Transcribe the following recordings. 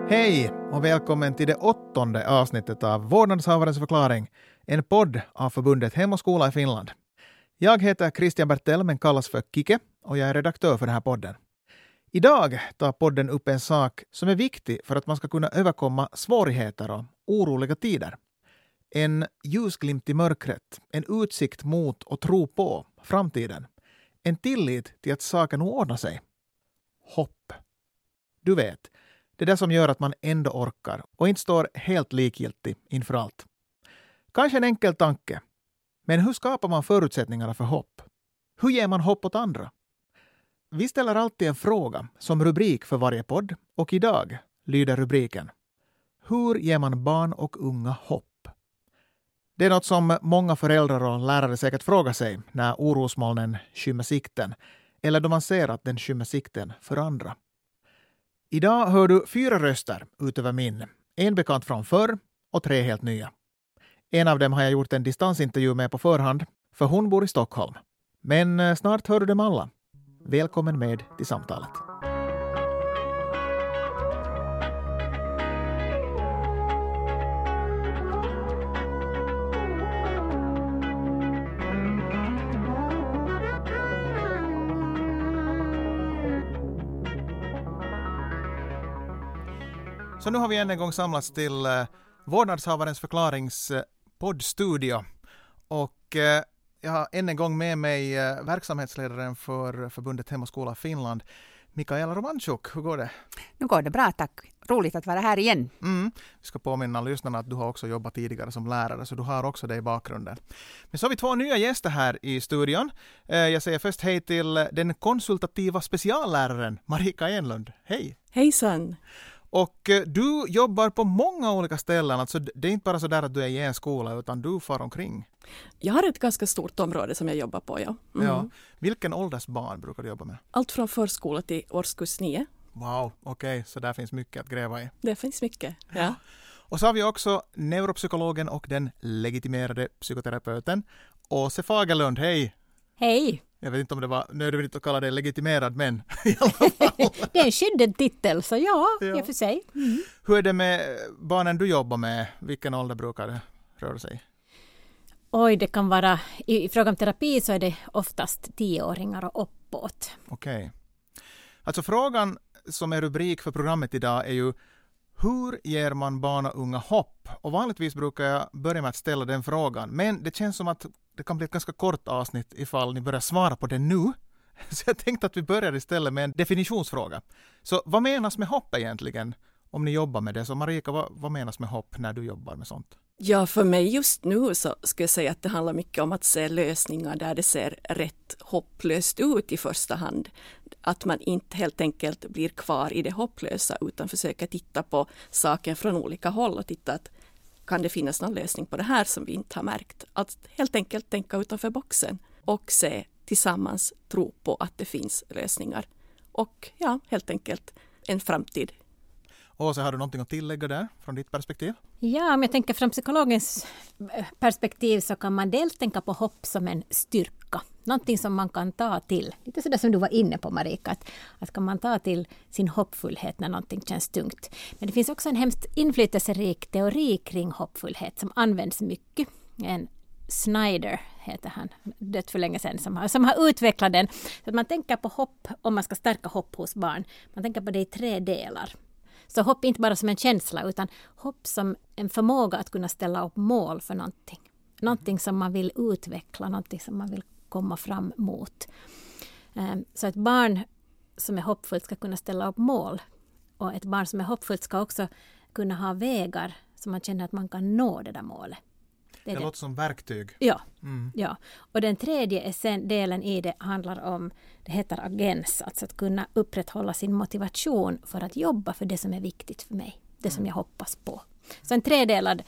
Hej och välkommen till det 8:e avsnittet av Vårdnadshavarens förklaring, en podd av förbundet Hem och skola i Finland. Jag heter Christian Bertell men kallas för Kike och jag är redaktör för den här podden. Idag tar podden upp en sak som är viktig för att man ska kunna överkomma svårigheter och oroliga tider. En ljusglimt i mörkret, en utsikt mot och tro på framtiden. En tillit till att saken nog ordnar sig. Hopp. Du vet, det där som gör att man ändå orkar och inte står helt likgiltig inför allt. Kanske en enkel tanke. Men hur skapar man förutsättningarna för hopp? Hur ger man hopp åt andra? Vi ställer alltid en fråga som rubrik för varje podd och idag lyder rubriken: Hur ger man barn och unga hopp? Det är något som många föräldrar och lärare säkert frågar sig när orosmolnen skymmer sikten eller då man ser att den skymmer sikten för andra. Idag hör du 4 röster utöver min. En bekant från förr och 3 helt nya. En av dem har jag gjort en distansintervju med på förhand, för hon bor i Stockholm. Men snart hör du dem alla. Välkommen med till samtalet. Så nu har vi än en gång samlats till Vårdnadshavarens förklarings poddstudio. Och jag har än en gång med mig verksamhetsledaren för förbundet Hem och skola Finland, Mikaela Romanchuk. Hur går det? Nu går det bra, tack. Roligt att vara här igen. Vi ska påminna lyssnarna att du har också jobbat tidigare som lärare, så du har också det i bakgrunden. Men så har vi 2 nya gäster här i studion. Jag säger först hej till den konsultativa specialläraren Marika Enlund. Hej! Hejsan! Och du jobbar på många olika ställen, alltså det är inte bara så där att du är i en skola utan du far omkring. Jag har ett ganska stort område som jag jobbar på, ja. Ja. Vilken ålders barn brukar du jobba med? Allt från förskola till årskurs 9. Wow, okej, så där finns mycket att gräva i. Det finns mycket, ja. Och så har vi också neuropsykologen och den legitimerade psykoterapeuten Åse Fagerlund, hej! Hej! Jag vet inte om det var nödvändigt att kalla det legitimerad, men i alla fall. Det är en skyddad titel, så ja. I och för sig. Hur är det med barnen du jobbar med? Vilken ålder brukar det röra sig? Oj, det kan vara, i fråga om terapi så är det oftast 10-åringar och uppåt. Okej. Alltså frågan som är rubrik för programmet idag är ju: hur ger man barn och unga hopp? Och vanligtvis brukar jag börja med att ställa den frågan, men det känns som att det kan bli ett ganska kort avsnitt ifall ni börjar svara på det nu. Så jag tänkte att vi börjar istället med en definitionsfråga. Så vad menas med hopp egentligen om ni jobbar med det? Så Marika, vad menas med hopp när du jobbar med sånt? Ja, för mig just nu så skulle jag säga att det handlar mycket om att se lösningar där det ser rätt hopplöst ut i första hand. Att man inte helt enkelt blir kvar i det hopplösa utan försöker titta på saken från olika håll och titta att kan det finnas någon lösning på det här som vi inte har märkt. Att helt enkelt tänka utanför boxen och se tillsammans, tro på att det finns lösningar. Och ja, helt enkelt en framtid. Och så har du någonting att tillägga där från ditt perspektiv? Ja, om jag tänker från psykologens perspektiv så kan man dels tänka på hopp som en styrka. Någonting som man kan ta till. Lite sådär som du var inne på, Marika. Att kan man ta till sin hoppfullhet när någonting känns tungt. Men det finns också en hemskt inflytelserik teori kring hoppfullhet som används mycket. En Snyder heter han, dött för länge sedan, som har utvecklat den. Så att man tänker på hopp, om man ska stärka hopp hos barn. Man tänker på det i 3 delar. Så hopp inte bara som en känsla utan hopp som en förmåga att kunna ställa upp mål för någonting. Någonting som man vill utveckla, någonting som man vill komma fram mot. Så ett barn som är hoppfullt ska kunna ställa upp mål. Och ett barn som är hoppfullt ska också kunna ha vägar som man känner att man kan nå det där målet. Det låter som verktyg. Ja, ja. Och den tredje delen i det handlar om, det heter agens, alltså att kunna upprätthålla sin motivation för att jobba för det som är viktigt för mig, det som jag hoppas på. Så en 3-delad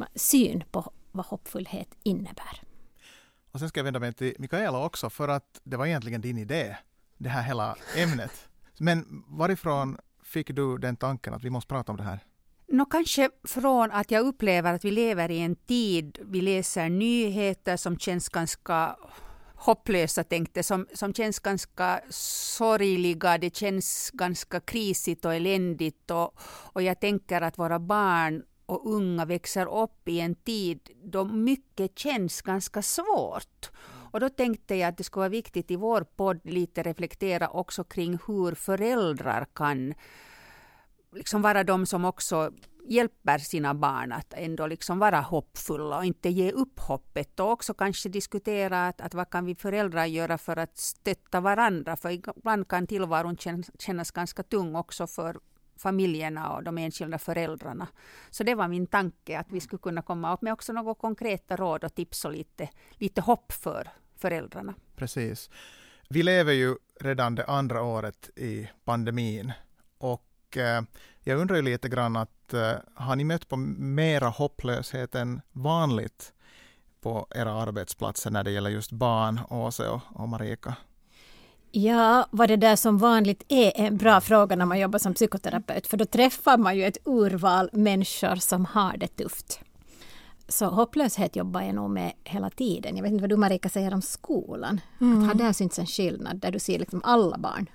syn på vad hoppfullhet innebär. Och sen ska jag vända mig till Mikaela också, för att det var egentligen din idé, det här hela ämnet. Men varifrån fick du den tanken att vi måste prata om det här? Kanske från att jag upplever att vi lever i en tid, vi läser nyheter som känns ganska hopplösa tänkte, som känns ganska sorgliga, det känns ganska krisigt och eländigt och jag tänker att våra barn och unga växer upp i en tid då mycket känns ganska svårt. Och då tänkte jag att det skulle vara viktigt i vår podd lite reflektera också kring hur föräldrar kan liksom vara de som också hjälper sina barn att ändå liksom vara hoppfulla och inte ge upp hoppet. Och också kanske diskutera att vad kan vi föräldrar göra för att stötta varandra. För ibland kan tillvaron kännas ganska tung också för familjerna och de enskilda föräldrarna. Så det var min tanke att vi skulle kunna komma upp med också några konkreta råd och tips och lite hopp för föräldrarna. Precis. Vi lever ju redan det andra året i pandemin och jag undrar ju lite grann att har ni mött på mera hopplöshet än vanligt på era arbetsplatser när det gäller just barn, Åse och Marika? Ja, vad det där som vanligt är en bra fråga när man jobbar som psykoterapeut. För då träffar man ju ett urval människor som har det tufft. Så hopplöshet jobbar jag nog med hela tiden. Jag vet inte vad du, Marika, säger om skolan. Att har där synts en skillnad där du ser liksom alla barn?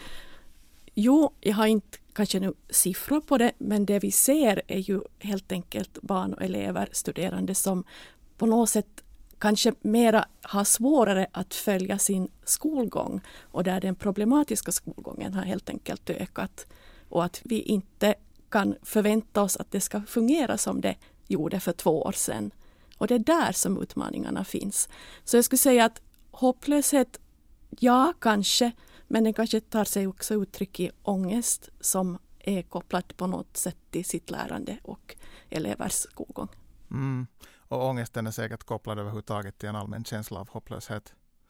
Jo, jag har inte kanske nu siffror på det, men det vi ser är ju helt enkelt barn och elever, studerande som på något sätt kanske mera har svårare att följa sin skolgång och där den problematiska skolgången har helt enkelt ökat och att vi inte kan förvänta oss att det ska fungera som det gjorde för 2 år sedan. Och det är där som utmaningarna finns. Så jag skulle säga att hopplöshet, ja kanske, men den kanske tar sig också uttryck i ångest som är kopplat på något sätt till sitt lärande och elevers skolgång. Mm. Och ångesten är säkert kopplad överhuvudtaget till en allmän känsla av hopplöshet.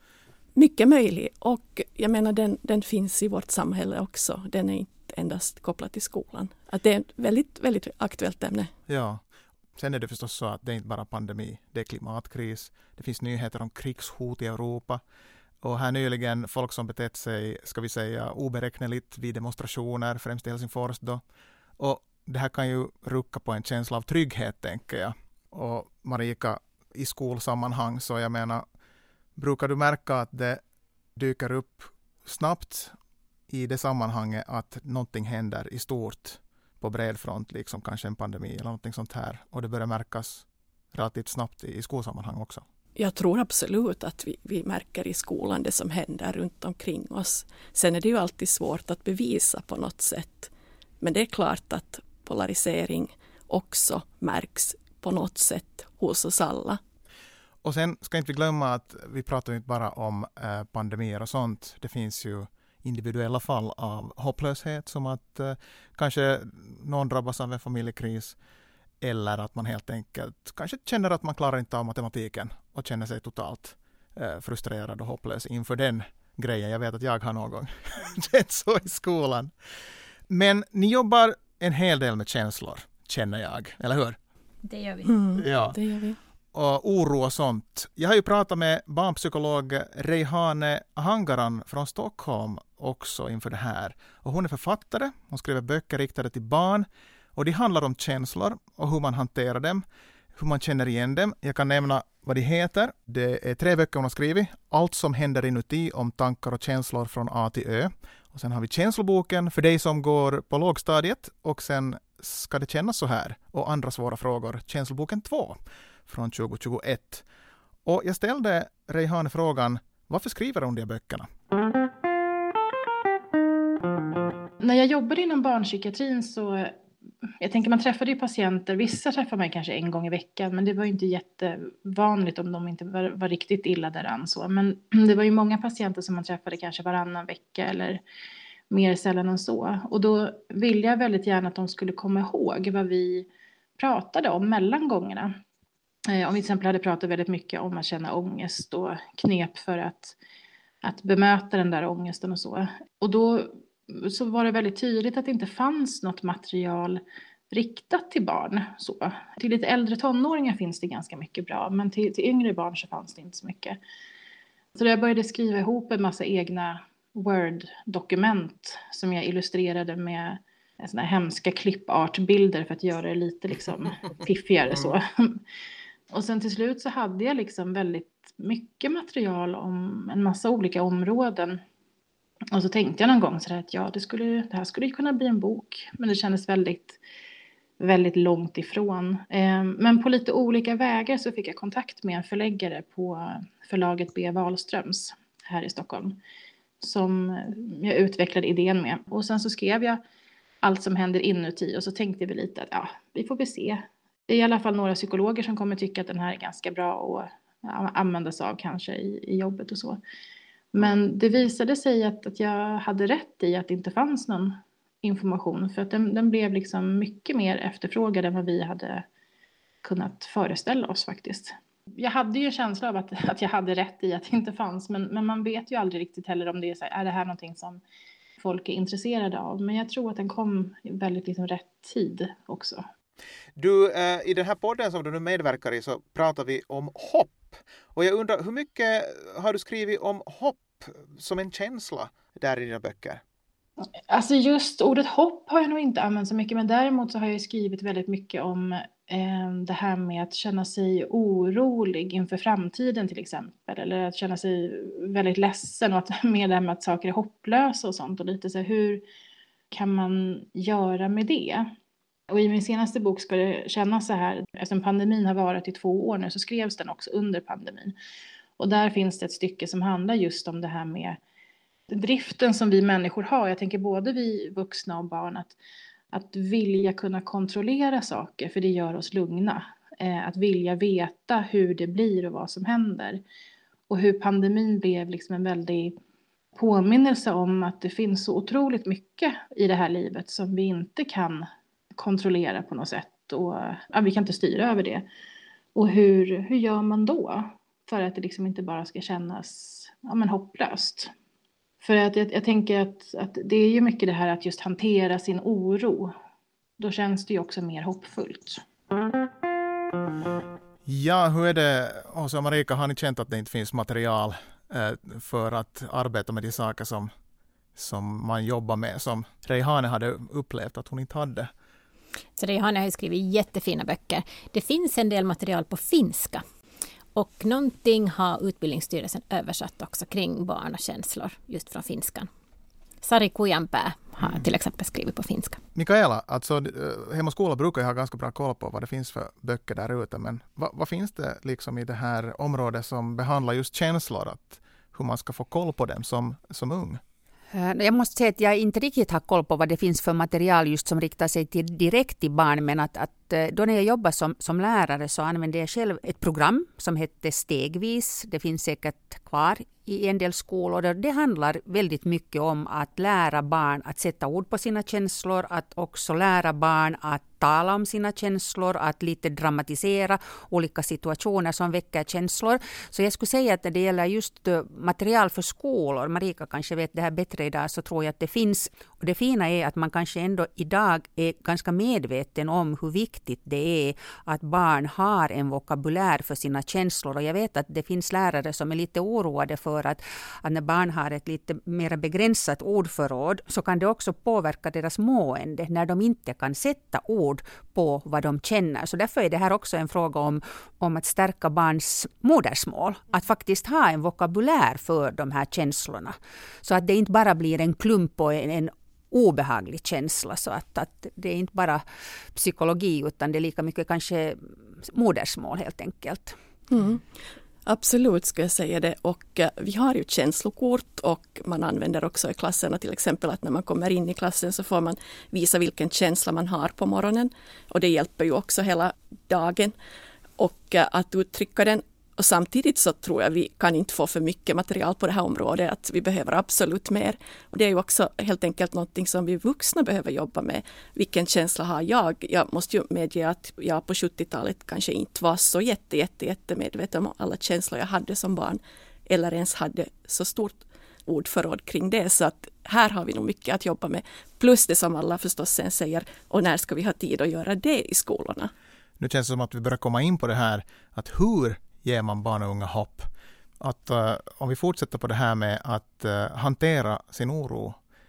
Mycket möjlig. Och jag menar den finns i vårt samhälle också. Den är inte endast kopplad till skolan. Att det är ett väldigt, väldigt aktuellt ämne. Ja. Sen är det förstås så att det är inte bara pandemi. Det är klimatkris. Det finns nyheter om krigshot i Europa. Och här nyligen folk som betett sig, ska vi säga, oberäkneligt vid demonstrationer, främst i Helsingfors då. Och det här kan ju rucka på en känsla av trygghet, tänker jag. Och Marika, i skolsammanhang, så jag menar, brukar du märka att det dyker upp snabbt i det sammanhanget att någonting händer i stort på bred front, liksom kanske en pandemi eller någonting sånt här, och det börjar märkas relativt snabbt i skolsammanhang också? Jag tror absolut att vi märker i skolan det som händer runt omkring oss. Sen är det ju alltid svårt att bevisa på något sätt. Men det är klart att polarisering också märks på något sätt hos oss alla. Och sen ska inte vi glömma att vi pratar inte bara om pandemier och sånt. Det finns ju individuella fall av hopplöshet, som att kanske någon drabbas av en familjekris eller att man helt enkelt kanske känner att man klarar inte av matematiken och känner sig totalt frustrerad och hopplös inför den grejen. Jag vet att jag har någon gång känt så i skolan. Men ni jobbar en hel del med känslor, känner jag, eller hur? Det gör vi. Ja. Det gör vi. Och oro och sånt. Jag har ju pratat med barnpsykolog Rejhane Hangaran från Stockholm också inför det här. Och hon är författare, hon skriver böcker riktade till barn. Och det handlar om känslor och hur man hanterar dem, hur man känner igen dem. Jag kan nämna vad de heter. Det är 3 böcker hon har skrivit. Allt som händer inuti, om tankar och känslor från A till Ö. Och sen har vi känsloboken för dig som går på lågstadiet. Och sen ska det kännas så här. Och andra svåra frågor. Känsloboken 2 från 2021. Och jag ställde Rejhane frågan, varför skriver hon de böckerna? När jag jobbade inom barnpsykiatrin så, jag tänker man träffade ju patienter, vissa träffar man kanske en gång i veckan, men det var ju inte jättevanligt om de inte var riktigt illa däran så. Men det var ju många patienter som man träffade kanske varannan vecka eller mer sällan än så. Och då ville jag väldigt gärna att de skulle komma ihåg vad vi pratade om mellan gångerna. Om vi till exempel hade pratat väldigt mycket om att känna ångest och knep för att bemöta den där ångesten och så. Och då så var det väldigt tydligt att det inte fanns något material riktat till barn. Så. Till lite äldre tonåringar finns det ganska mycket bra, men till yngre barn så fanns det inte så mycket. Så då jag började skriva ihop en massa egna Word-dokument som jag illustrerade med såna här hemska clip-art-bilder för att göra det lite liksom piffigare så. Och sen till slut så hade jag liksom väldigt mycket material om en massa olika områden. Och så tänkte jag någon gång så att det här skulle ju kunna bli en bok. Men det kändes väldigt, väldigt långt ifrån. Men på lite olika vägar så fick jag kontakt med en förläggare på förlaget B. Wahlströms här i Stockholm. Som jag utvecklade idén med. Och sen så skrev jag allt som händer inuti. Och så tänkte vi lite att vi får väl se. Det är i alla fall några psykologer som kommer tycka att den här är ganska bra att använda sig av kanske i jobbet och så. Men det visade sig att jag hade rätt i att det inte fanns någon information. För att den blev liksom mycket mer efterfrågad än vad vi hade kunnat föreställa oss faktiskt. Jag hade ju en känsla av att jag hade rätt i att det inte fanns. Men man vet ju aldrig riktigt heller om det är så här, är det här någonting som folk är intresserade av. Men jag tror att den kom i väldigt liksom rätt tid också. Du, i den här podden som du nu medverkar i så pratar vi om hopp. Och jag undrar, hur mycket har du skrivit om hopp som en känsla där i dina böcker? Alltså just ordet hopp har jag nog inte använt så mycket. Men däremot så har jag skrivit väldigt mycket om det här med att känna sig orolig inför framtiden till exempel. Eller att känna sig väldigt ledsen och med det här med att saker är hopplösa och sånt. Och lite så här, hur kan man göra med det? Och i min senaste bok ska det kännas så här, eftersom pandemin har varit i 2 år nu så skrevs den också under pandemin. Och där finns det ett stycke som handlar just om det här med driften som vi människor har. Jag tänker både vi vuxna och barn att vilja kunna kontrollera saker för det gör oss lugna. Att vilja veta hur det blir och vad som händer. Och hur pandemin blev liksom en väldig påminnelse om att det finns så otroligt mycket i det här livet som vi inte kan kontrollera på något sätt och vi kan inte styra över det. Och hur gör man då för att det liksom inte bara ska kännas hopplöst? För att jag tänker att det är ju mycket det här att just hantera sin oro. Då känns det ju också mer hoppfullt. Ja, hur är det, Åsa och Marika, har ni känt att det inte finns material för att arbeta med de saker som man jobbar med, som Reihane hade upplevt att hon inte hade? Så Reihane har ju skrivit jättefina böcker. Det finns en del material på finska. Och någonting har Utbildningsstyrelsen översatt också kring barn och känslor just från finskan. Sari Kujanpää har till exempel skrivit på finska. Mikaela, alltså Hem och skola brukar ju ha ganska bra koll på vad det finns för böcker där ute. Men vad finns det liksom i det här området som behandlar just känslor? Hur man ska få koll på dem som ung? Jag måste säga att jag inte riktigt har koll på vad det finns för material just som riktar sig direkt till barn. Men att då när jag jobbar som lärare så använder jag själv ett program som heter Stegvis. Det finns säkert kvar i en del skolor. Det handlar väldigt mycket om att lära barn att sätta ord på sina känslor. Att också lära barn att tala om sina känslor. Att lite dramatisera olika situationer som väcker känslor. Så jag skulle säga att när det gäller just material för skolor, Marika kanske vet det här bättre idag, så tror jag att det finns. Och det fina är att man kanske ändå idag är ganska medveten om hur viktigt det är att barn har en vokabulär för sina känslor. Och jag vet att det finns lärare som är lite oroade för att när barn har ett lite mer begränsat ordförråd så kan det också påverka deras mående när de inte kan sätta ord på vad de känner. Så därför är det här också en fråga om att stärka barns modersmål. Att faktiskt ha en vokabulär för de här känslorna. Så att det inte bara blir en klump och en obehaglig känsla. Så att det är inte bara psykologi utan det är lika mycket kanske modersmål helt enkelt. Mm. Absolut ska jag säga det, och vi har ju känslokort och man använder också i klasserna till exempel att när man kommer in i klassen så får man visa vilken känsla man har på morgonen och det hjälper ju också hela dagen och att uttrycka den. Och samtidigt så tror jag vi kan inte få för mycket material på det här området, att vi behöver absolut mer. Och det är ju också helt enkelt någonting som vi vuxna behöver jobba med. Vilken känsla har jag? Jag måste ju medge att jag på 70-talet kanske inte var så jätte medveten om alla känslor jag hade som barn. Eller ens hade så stort ordförråd kring det. Så att här har vi nog mycket att jobba med. Plus det som alla förstås sen säger, och när ska vi ha tid att göra det i skolorna? Nu känns det som att vi börjar komma in på det här, att hur ger man barn och unga hopp? Att om vi fortsätter på det här med att hantera sin oro,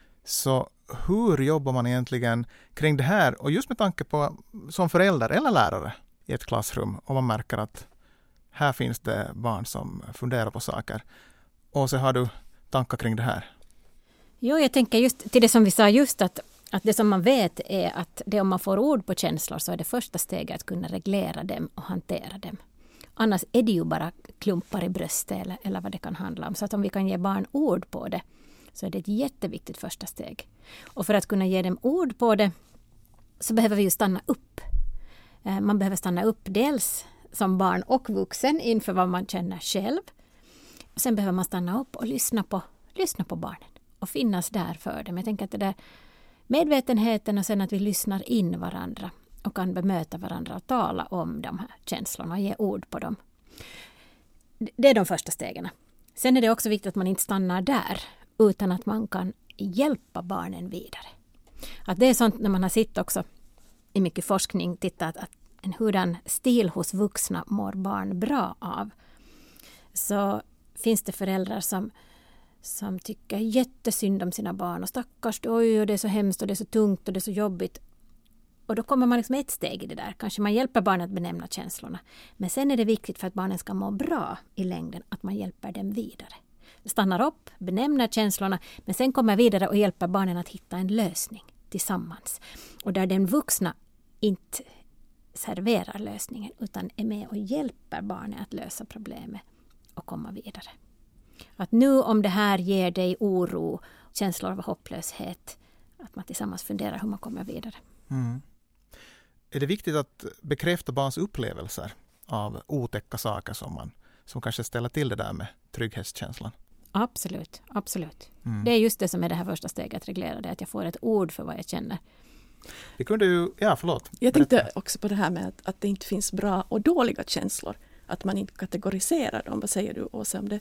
så hur jobbar man egentligen kring det här? Och just med tanke på som förälder eller lärare i ett klassrum, om man märker att här finns det barn som funderar på saker. Och så har du tankar kring det här? Jo, jag tänker just till det som vi sa just att det som man vet är att det om man får ord på känslor så är det första steget att kunna reglera dem och hantera dem. Annars är det ju bara klumpar i bröstet eller vad det kan handla om. Så att om vi kan ge barn ord på det så är det ett jätteviktigt första steg. Och för att kunna ge dem ord på det så behöver vi ju stanna upp. Man behöver stanna upp dels som barn och vuxen inför vad man känner själv. Och sen behöver man stanna upp och lyssna på barnen och finnas där för dem. Jag tänker att det där medvetenheten och sen att vi lyssnar in varandra och kan bemöta varandra och tala om de här känslorna och ge ord på dem. Det är de första stegen. Sen är det också viktigt att man inte stannar där utan att man kan hjälpa barnen vidare. Att det är sånt när man har sett också i mycket forskning tittat att en hurdan stil hos vuxna mår barn bra av. Så finns det föräldrar som tycker jättesynd om sina barn och stackars, oj, det är så hemskt och det är så tungt och det är så jobbigt. Och då kommer man liksom ett steg i det där. Kanske man hjälper barnen att benämna känslorna. Men sen är det viktigt för att barnen ska må bra i längden att man hjälper dem vidare. Stannar upp, benämner känslorna men sen kommer vidare och hjälper barnen att hitta en lösning tillsammans. Och där den vuxna inte serverar lösningen utan är med och hjälper barnen att lösa problemet och komma vidare. Att nu om det här ger dig oro, känslor av hopplöshet, att man tillsammans funderar hur man kommer vidare. Mm. Är det viktigt att bekräfta barns upplevelser av otäcka saker som kanske ställer till det där med trygghetskänslan? Absolut. Det är just det som är det här första steget att reglera det, att jag får ett ord för vad jag känner. Vi kunde ju, förlåt. Jag tänkte också på det här med att det inte finns bra och dåliga känslor. Att man inte kategoriserar dem. Vad säger du, Åsa, om det?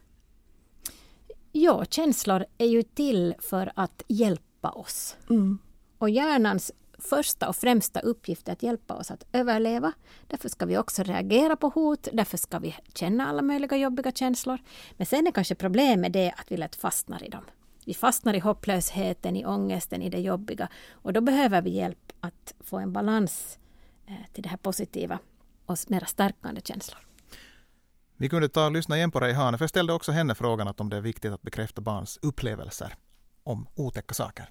Ja, känslor är ju till för att hjälpa oss. Mm. Och hjärnans första och främsta uppgift är att hjälpa oss att överleva. Därför ska vi också reagera på hot. Därför ska vi känna alla möjliga jobbiga känslor. Men sen är kanske problemet det att vi lätt fastnar i dem. Vi fastnar i hopplösheten, i ångesten, i det jobbiga. Och då behöver vi hjälp att få en balans till det här positiva och mera stärkande känslor. Vi kunde ta och lyssna igen på dig, Hane, för jag ställde också henne frågan att om det är viktigt att bekräfta barns upplevelser om otäcka saker.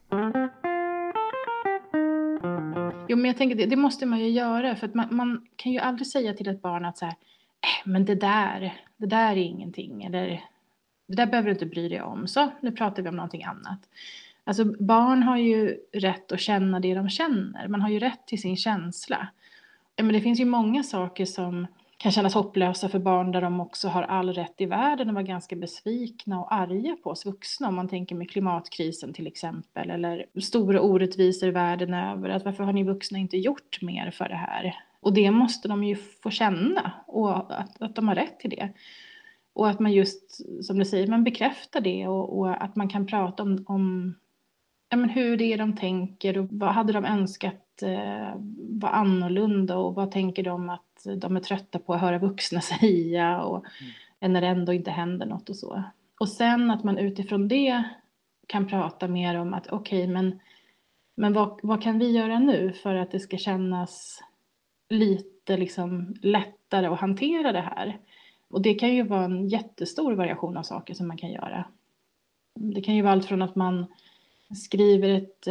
Jo, men jag tänker det måste man ju göra, för att man kan ju aldrig säga till ett barn att så här, men det där är ingenting, eller det där behöver du inte bry dig om, så nu pratar vi om någonting annat. Alltså barn har ju rätt att känna det de känner, man har ju rätt till sin känsla. Men det finns ju många saker som kan kännas hopplösa för barn där de också har all rätt i världen och var ganska besvikna och arga på oss vuxna. Om man tänker med klimatkrisen till exempel, eller stora orättvisor världen över. Att varför har ni vuxna inte gjort mer för det här? Och det måste de ju få känna, och att de har rätt till det. Och att man just, som du säger, man bekräftar det och att man kan prata om hur det är de tänker och vad hade de önskat var annorlunda och vad tänker de att de är trötta på att höra vuxna säga och när det ändå inte händer något och så. Och sen att man utifrån det kan prata mer om att okej, men vad kan vi göra nu för att det ska kännas lite liksom lättare att hantera det här. Och det kan ju vara en jättestor variation av saker som man kan göra. Det kan ju vara allt från att man skriver ett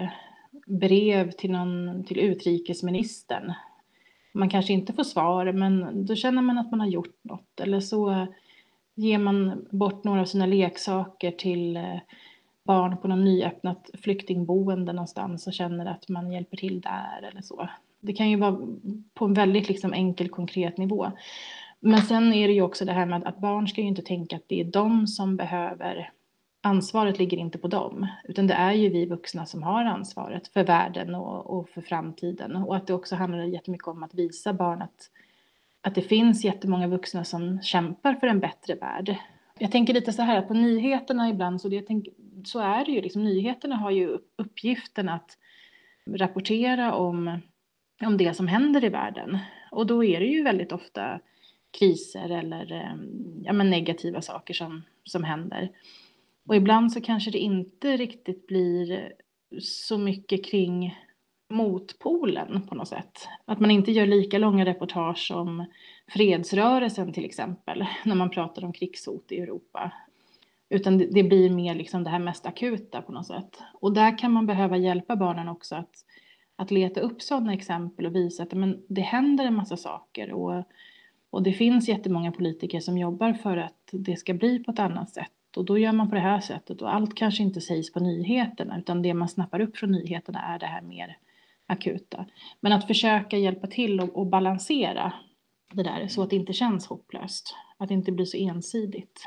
brev till utrikesministern. Man kanske inte får svar, men då känner man att man har gjort något. Eller så ger man bort några av sina leksaker till barn på någon nyöppnat flyktingboende någonstans och känner att man hjälper till där eller så. Det kan ju vara på en väldigt liksom enkel, konkret nivå. Men sen är det ju också det här med att barn ska ju inte tänka att det är de som behöver. Ansvaret ligger inte på dem, utan det är ju vi vuxna som har ansvaret för världen och för framtiden. Och att det också handlar jättemycket om att visa barn att det finns jättemånga vuxna som kämpar för en bättre värld. Jag tänker lite så här att på nyheterna ibland, så är det ju liksom, nyheterna har ju uppgiften att rapportera om det som händer i världen. Och då är det ju väldigt ofta kriser eller negativa saker som händer. Och ibland så kanske det inte riktigt blir så mycket kring motpolen på något sätt. Att man inte gör lika långa reportage om fredsrörelsen till exempel, när man pratar om krigshot i Europa. Utan det blir mer liksom det här mest akuta på något sätt. Och där kan man behöva hjälpa barnen också att leta upp sådana exempel och visa att men, det händer en massa saker. Och det finns jättemånga politiker som jobbar för att det ska bli på ett annat sätt. Och då gör man på det här sättet. Och allt kanske inte sägs på nyheterna, utan det man snappar upp från nyheterna är det här mer akuta. Men att försöka hjälpa till och balansera det där så att det inte känns hopplöst. Att det inte blir så ensidigt.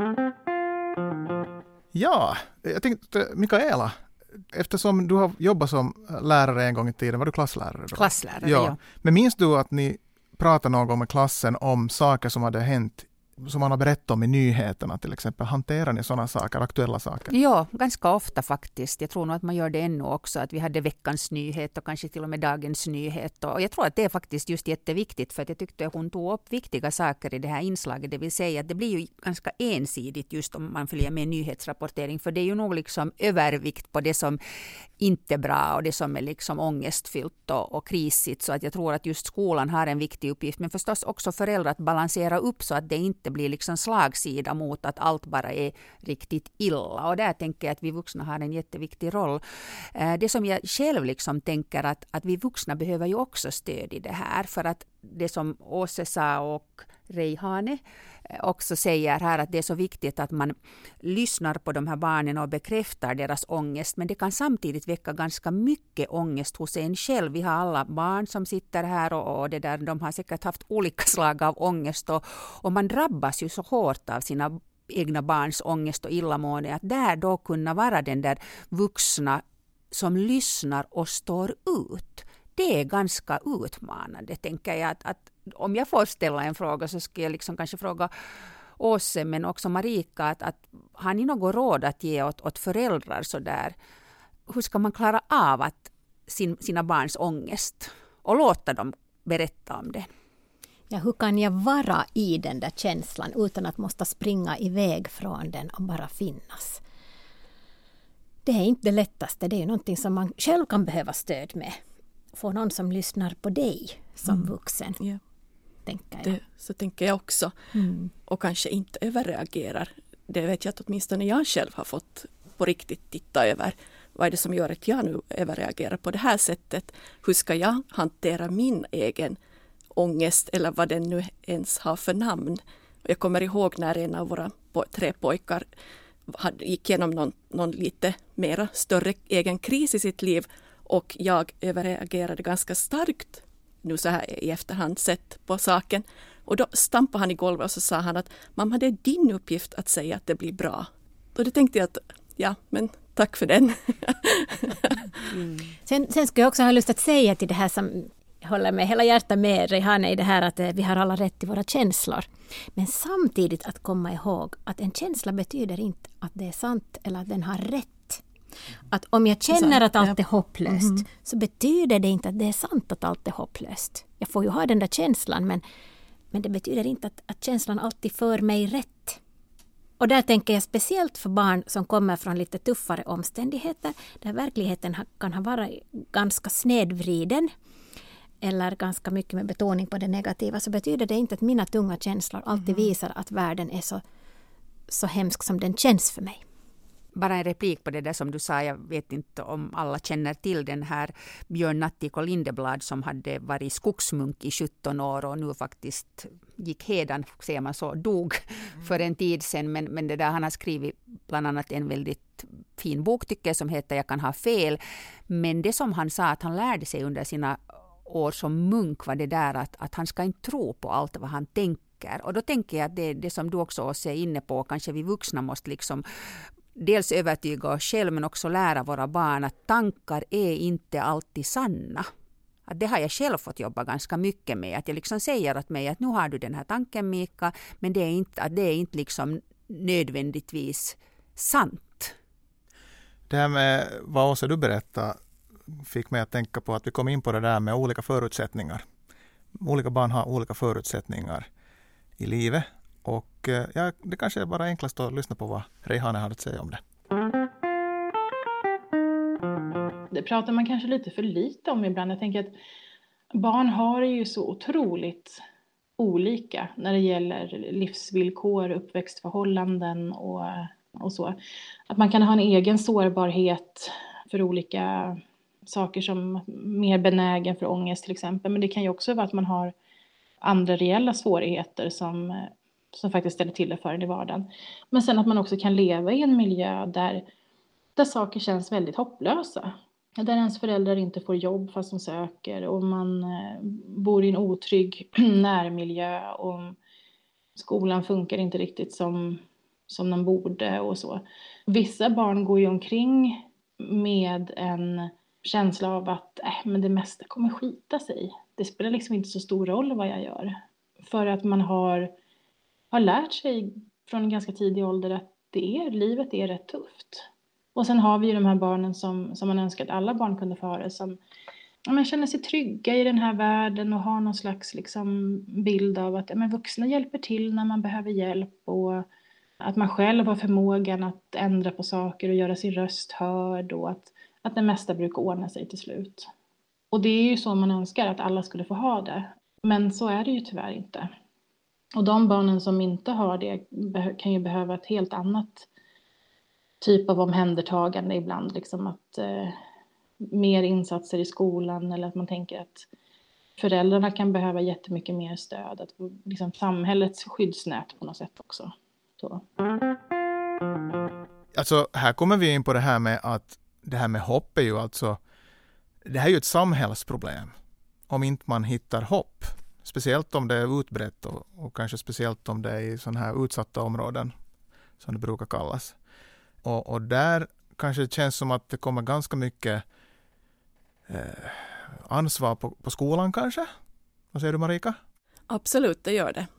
Ja, jag tänkte Mikaela, eftersom du har jobbat som lärare en gång i tiden, var du klasslärare då? Klasslärare, ja. Men minns du att ni pratade någon gång med klassen om saker som hade hänt, som man har berättat om i nyheterna till exempel? Hanterar ni sådana saker, aktuella saker? Ja, ganska ofta faktiskt. Jag tror nog att man gör det ännu också. Att vi hade veckans nyhet och kanske till och med dagens nyhet. Och jag tror att det är faktiskt just jätteviktigt, för att jag tyckte att hon tog upp viktiga saker i det här inslaget. Det vill säga att det blir ju ganska ensidigt just om man följer med nyhetsrapportering. För det är ju nog liksom övervikt på det som inte är bra och det som är liksom ångestfyllt och krisigt. Så att jag tror att just skolan har en viktig uppgift. Men förstås också föräldrar att balansera upp så att det inte blir liksom slagsida mot att allt bara är riktigt illa. Och där tänker jag att vi vuxna har en jätteviktig roll. Det som jag själv liksom tänker att vi vuxna behöver ju också stöd i det här. För att det som Åse sa och Reihane också säger här, att det är så viktigt att man lyssnar på de här barnen och bekräftar deras ångest. Men det kan samtidigt väcka ganska mycket ångest hos en själv. Vi har alla barn som sitter här och det där, de har säkert haft olika slag av ångest. Och man drabbas ju så hårt av sina egna barns ångest och illamående. Att där då kunna vara den där vuxna som lyssnar och står ut. Det är ganska utmanande, tänker jag. Att om jag får ställa en fråga så ska jag liksom kanske fråga Åse men också Marika. Att har ni något råd att ge åt föräldrar så där? Hur ska man klara av att sina barns ångest och låta dem berätta om det? Ja, hur kan jag vara i den där känslan utan att måste springa iväg från den och bara finnas? Det är inte det lättaste. Det är någonting som man själv kan behöva stöd med. Få någon som lyssnar på dig som vuxen. Ja. Tänker jag. Så tänker jag också. Och kanske inte överreagerar. Det vet jag att åtminstone jag själv har fått på riktigt titta över. Vad är det som gör att jag nu överreagerar på det här sättet? Hur ska jag hantera min egen ångest eller vad den nu ens har för namn? Jag kommer ihåg när en av våra 3 pojkar gick igenom någon lite mera större egen kris i sitt liv. Och jag överreagerade ganska starkt nu så här i efterhand sett på saken. Och då stampade han i golvet och så sa han att mamma, det är din uppgift att säga att det blir bra. Och då tänkte jag att ja, men tack för den. Sen ska jag också ha lust att säga till det här som jag håller med hela hjärtat med Reihane i det här att vi har alla rätt till våra känslor. Men samtidigt att komma ihåg att en känsla betyder inte att det är sant eller att den har rätt. Att om jag känner att allt är hopplöst så betyder det inte att det är sant att allt är hopplöst. Jag får ju ha den där känslan men det betyder inte att känslan alltid för mig rätt. Och där tänker jag speciellt för barn som kommer från lite tuffare omständigheter där verkligheten kan ha varit ganska snedvriden eller ganska mycket med betoning på det negativa, så betyder det inte att mina tunga känslor alltid visar att världen är så hemsk som den känns för mig. Bara en replik på det där som du sa, jag vet inte om alla känner till den här Björn Natthiko Lindeblad som hade varit skogsmunk i 17 år och nu faktiskt gick hedan, ser man så, dog för en tid sedan. Men det där, han har skrivit bland annat en väldigt fin bok tycker jag som heter Jag kan ha fel. Men det som han sa att han lärde sig under sina år som munk var det där att han ska inte tro på allt vad han tänker. Och då tänker jag att det som du också är inne på, kanske vi vuxna måste liksom dels övertyga oss själv men också lära våra barn att tankar är inte alltid sanna. Att det har jag själv fått jobba ganska mycket med. Att jag liksom säger åt mig att nu har du den här tanken Mika, men det är inte liksom nödvändigtvis sant. Det här med vad Åsa du berättade fick mig att tänka på att vi kom in på det där med olika förutsättningar. Olika barn har olika förutsättningar i livet. Och det kanske är bara enklast att lyssna på vad Reihane har att säga om det. det pratar man kanske lite för lite om ibland. Jag tänker att barn har ju så otroligt olika när det gäller livsvillkor, uppväxtförhållanden och så. Att man kan ha en egen sårbarhet för olika saker, som mer benägen för ångest till exempel. Men det kan ju också vara att man har andra reella svårigheter som faktiskt ställer till det för en i vardagen. Men sen att man också kan leva i en miljö där saker känns väldigt hopplösa. Där ens föräldrar inte får jobb fast de söker, och man bor i en otrygg närmiljö, och skolan funkar inte riktigt som den borde och så. Vissa barn går ju omkring med en känsla av att men det mesta kommer skita sig. Det spelar liksom inte så stor roll vad jag gör. För att man har lärt sig från en ganska tidig ålder att livet är rätt tufft. Och sen har vi ju de här barnen som man önskar att alla barn kunde få ha det, som känner sig trygga i den här världen och har någon slags liksom bild av att vuxna hjälper till när man behöver hjälp, och att man själv har förmågan att ändra på saker och göra sin röst hörd, och att det mesta brukar ordna sig till slut. Och det är ju så man önskar att alla skulle få ha det. Men så är det ju tyvärr inte. Och de barnen som inte har det kan ju behöva ett helt annat typ av omhändertagande ibland. Liksom att mer insatser i skolan, eller att man tänker att föräldrarna kan behöva jättemycket mer stöd. Att liksom samhällets skyddsnät på något sätt också. Så. Alltså här kommer vi in på det här med att det här med hopp är ju alltså, det här är ju ett samhällsproblem. Om inte man hittar hopp, speciellt om det är utbrett och kanske speciellt om det är i sådana här utsatta områden som det brukar kallas. Och där kanske det känns som att det kommer ganska mycket ansvar på skolan kanske. Vad säger du, Marika? Absolut, det gör det.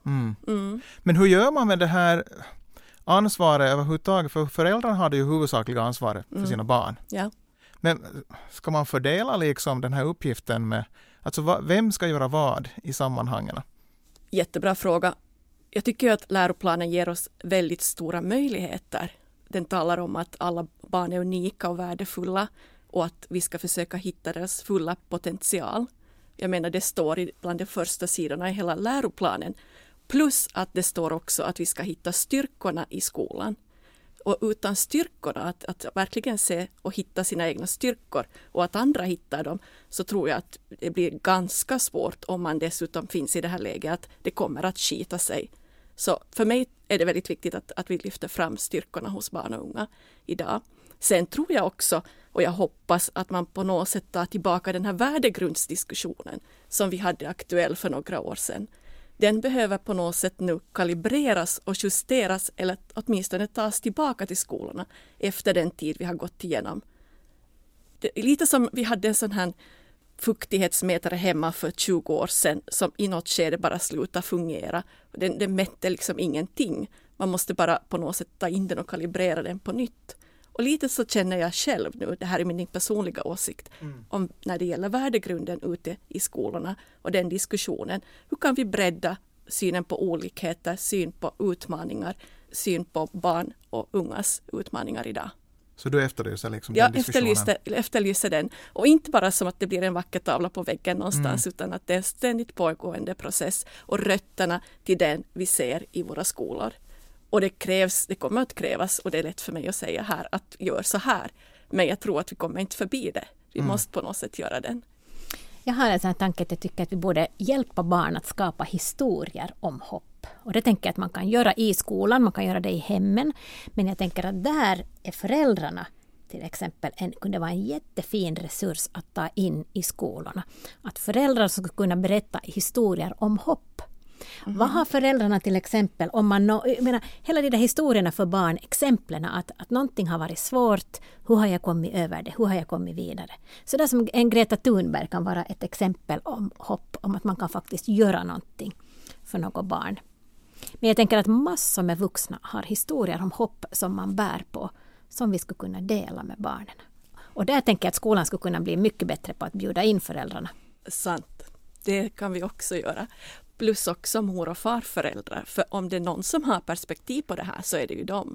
Men hur gör man med det här ansvaret överhuvudtaget? För föräldrarna har det ju huvudsakliga ansvaret för sina barn. Ja. Men ska man fördela liksom den här uppgiften med, alltså vem ska göra vad i sammanhangen? Jättebra fråga. Jag tycker att läroplanen ger oss väldigt stora möjligheter. Den talar om att alla barn är unika och värdefulla, och att vi ska försöka hitta deras fulla potential. Jag menar, det står bland de första sidorna i hela läroplanen. Plus att det står också att vi ska hitta styrkorna i skolan. Och utan styrkorna, att verkligen se och hitta sina egna styrkor, och att andra hittar dem, så tror jag att det blir ganska svårt om man dessutom finns i det här läget att det kommer att skita sig. Så för mig är det väldigt viktigt att vi lyfter fram styrkorna hos barn och unga idag. Sen tror jag också, och jag hoppas, att man på något sätt tar tillbaka den här värdegrundsdiskussionen som vi hade aktuell för några år sedan. Den behöver på något sätt nu kalibreras och justeras, eller åtminstone tas tillbaka till skolorna efter den tid vi har gått igenom. Det är lite som vi hade en sån här fuktighetsmätare hemma för 20 år sedan som i något skede bara slutade fungera. Den mätte liksom ingenting. Man måste bara på något sätt ta in den och kalibrera den på nytt. Och lite så känner jag själv nu, det här är min personliga åsikt, om när det gäller värdegrunden ute i skolorna och den diskussionen. Hur kan vi bredda synen på olikheter, syn på utmaningar, syn på barn och ungas utmaningar idag? Så du efterlyser liksom den diskussionen? Jag efterlyser den. Och inte bara som att det blir en vacker tavla på väggen någonstans, utan att det är en ständigt pågående process och rötterna till den vi ser i våra skolor. Och det kommer att krävas, och det är lätt för mig att säga här, att gör så här. Men jag tror att vi kommer inte förbi det. Vi måste på något sätt göra den. Jag har en sån här tanke att jag tycker att vi borde hjälpa barn att skapa historier om hopp. Och det tänker jag att man kan göra i skolan, man kan göra det i hemmen. Men jag tänker att där är föräldrarna till exempel kunde vara en jättefin resurs att ta in i skolorna. Att föräldrar skulle kunna berätta historier om hopp. Vad har föräldrarna till exempel, om man hela de där historierna för barn, exemplen att någonting har varit svårt, hur har jag kommit över det, hur har jag kommit vidare. Så där som en Greta Thunberg kan vara ett exempel om hopp, om att man kan faktiskt göra någonting för något barn. Men jag tänker att massor med vuxna har historier om hopp som man bär på, som vi skulle kunna dela med barnen. Och där tänker jag att skolan skulle kunna bli mycket bättre på att bjuda in föräldrarna. Sant, det kan vi också göra. Plus också mor- och farföräldrar. För om det är någon som har perspektiv på det här så är det ju dem.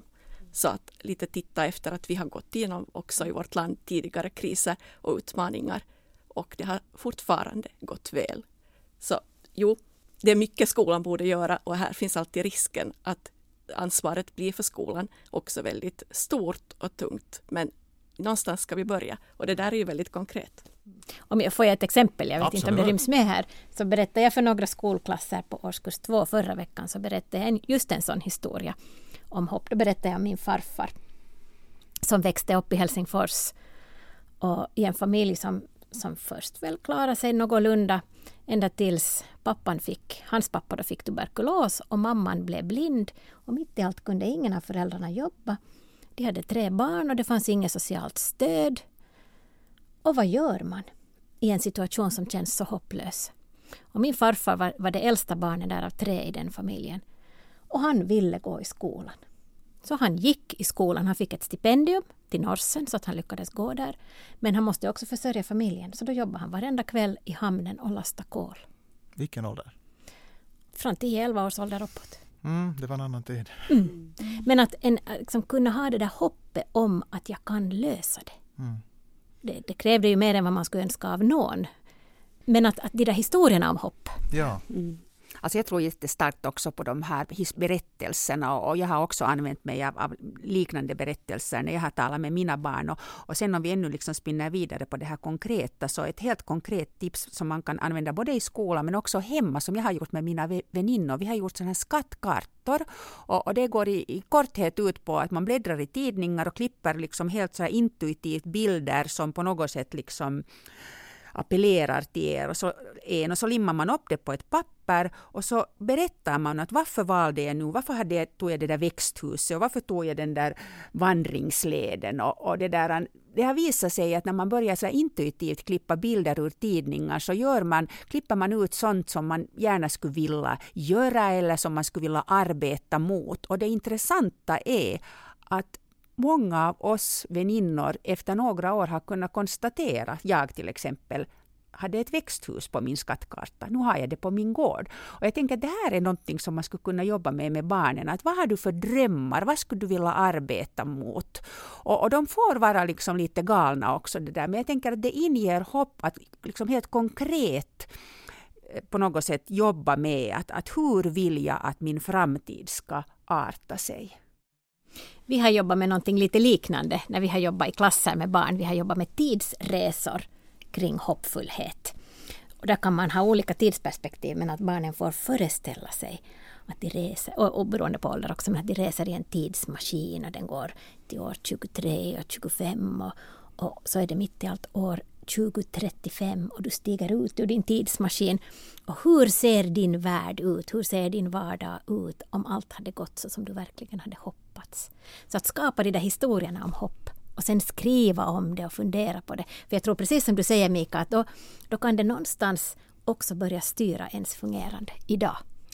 Så att lite titta efter att vi har gått igenom också i vårt land tidigare kriser och utmaningar. Och det har fortfarande gått väl. Så jo, det är mycket skolan borde göra och här finns alltid risken att ansvaret blir för skolan också väldigt stort och tungt. Men någonstans ska vi börja och det där är ju väldigt konkret. Om jag får ett exempel, jag vet Absolut. inte om det ryms med här, så berättade jag för några skolklasser på årskurs 2 förra veckan, så berättade jag just en sån historia om hopp. Då berättade jag om min farfar som växte upp i Helsingfors och i en familj som först väl klarade sig någorlunda ända tills hans pappa då fick tuberkulos och mamman blev blind och mitt i allt kunde ingen av föräldrarna jobba. De hade 3 barn och det fanns inget socialt stöd. Och vad gör man i en situation som känns så hopplös? Och min farfar var det äldsta barnet där av 3 i den familjen. Och han ville gå i skolan. Så han gick i skolan. Han fick ett stipendium till Norsen så att han lyckades gå där. Men han måste också försörja familjen. Så då jobbade han varenda kväll i hamnen och lasta kol. Vilken ålder? Från 10-11 års ålder uppåt. Det var en annan tid. Men att liksom kunna ha det där hoppet om att jag kan lösa det. Det krävde ju mer än vad man skulle önska av någon. Men att de där historierna om hopp. Ja. Alltså jag tror jättestarkt också på de här berättelserna och jag har också använt mig av liknande berättelser när jag har talat med mina barn. Och sen om vi ännu liksom spinner vidare på det här konkreta, så ett helt konkret tips som man kan använda både i skolan men också hemma, som jag har gjort med mina väninnor. Vi har gjort sådana här skattkartor och det går i korthet ut på att man bläddrar i tidningar och klipper liksom helt så här intuitivt bilder som på något sätt liksom appellerar till er och så limmar man upp det på ett papper och så berättar man att varför valde jag nu, varför tog jag det där växthuset och varför tog jag den där vandringsleden och det där. Det har visat sig att när man börjar så intuitivt klippa bilder ur tidningar så klipper man ut sånt som man gärna skulle vilja göra eller som man skulle vilja arbeta mot. Och det intressanta är att många av oss väninnor efter några år har kunnat konstatera, jag till exempel hade ett växthus på min skattkarta, nu har jag det på min gård. Och jag tänker att det här är någonting som man skulle kunna jobba med barnen. Att vad har du för drömmar, vad skulle du vilja arbeta mot? Och de får vara liksom lite galna också det där. Men jag tänker att det inger hopp att liksom helt konkret på något sätt jobba med att hur vill jag att min framtid ska arta sig. Vi har jobbat med någonting lite liknande när vi har jobbat i klasser med barn. Vi har jobbat med tidsresor kring hoppfullhet. Och där kan man ha olika tidsperspektiv, men att barnen får föreställa sig att de reser, och beroende på ålder också, men att de reser i en tidsmaskin och den går till år 23 och 25 och så är det mitt i allt år 2035 och du stiger ut ur din tidsmaskin. Och hur ser din värld ut? Hur ser din vardag ut om allt hade gått så som du verkligen hade hoppats? Så att skapa de där historierna om hopp och sen skriva om det och fundera på det. För jag tror precis som du säger, Mika, att då kan det någonstans också börja styra ens fungerande idag.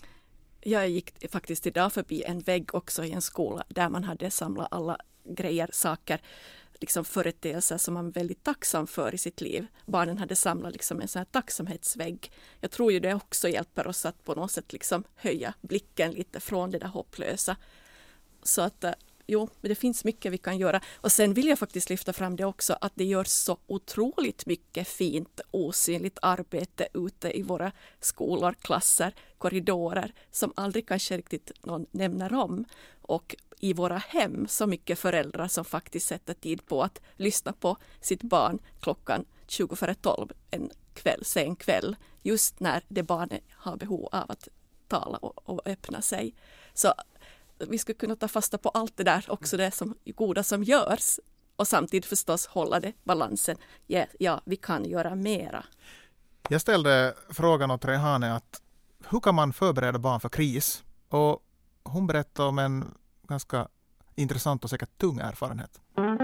Jag gick faktiskt idag förbi en vägg också i en skola där man hade samlat alla grejer, saker, liksom företeelser som man är väldigt tacksam för i sitt liv. Barnen hade samlat liksom en sån här tacksamhetsvägg. Jag tror ju det också hjälper oss att på något sätt liksom höja blicken lite från det där hopplösa. Så att jo, det finns mycket vi kan göra. Och sen vill jag faktiskt lyfta fram det också att det görs så otroligt mycket fint osynligt arbete ute i våra skolor, klasser, korridorer som aldrig kanske riktigt någon nämner om. Och i våra hem så mycket föräldrar som faktiskt sätter tid på att lyssna på sitt barn klockan 20:12 en sen kväll. Just när det barnet har behov av att tala och öppna sig. Så vi skulle kunna ta fasta på allt det där, också det som goda som görs. Och samtidigt förstås hålla det balansen. Ja, vi kan göra mera. Jag ställde frågan åt Rehane att hur kan man förbereda barn för kris? Och hon berättade om en ganska intressant och säkert tung erfarenhet.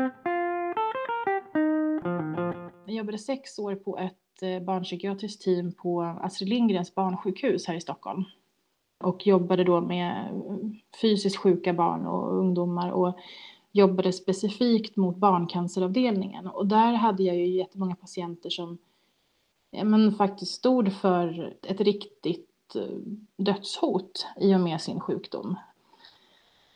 Jag jobbade 6 år på ett barnpsykiatriskt team på Astrid Lindgrens barnsjukhus här i Stockholm. Och jobbade då med fysiskt sjuka barn och ungdomar och jobbade specifikt mot barncanceravdelningen. Och där hade jag ju jättemånga patienter som faktiskt stod för ett riktigt dödshot i och med sin sjukdom.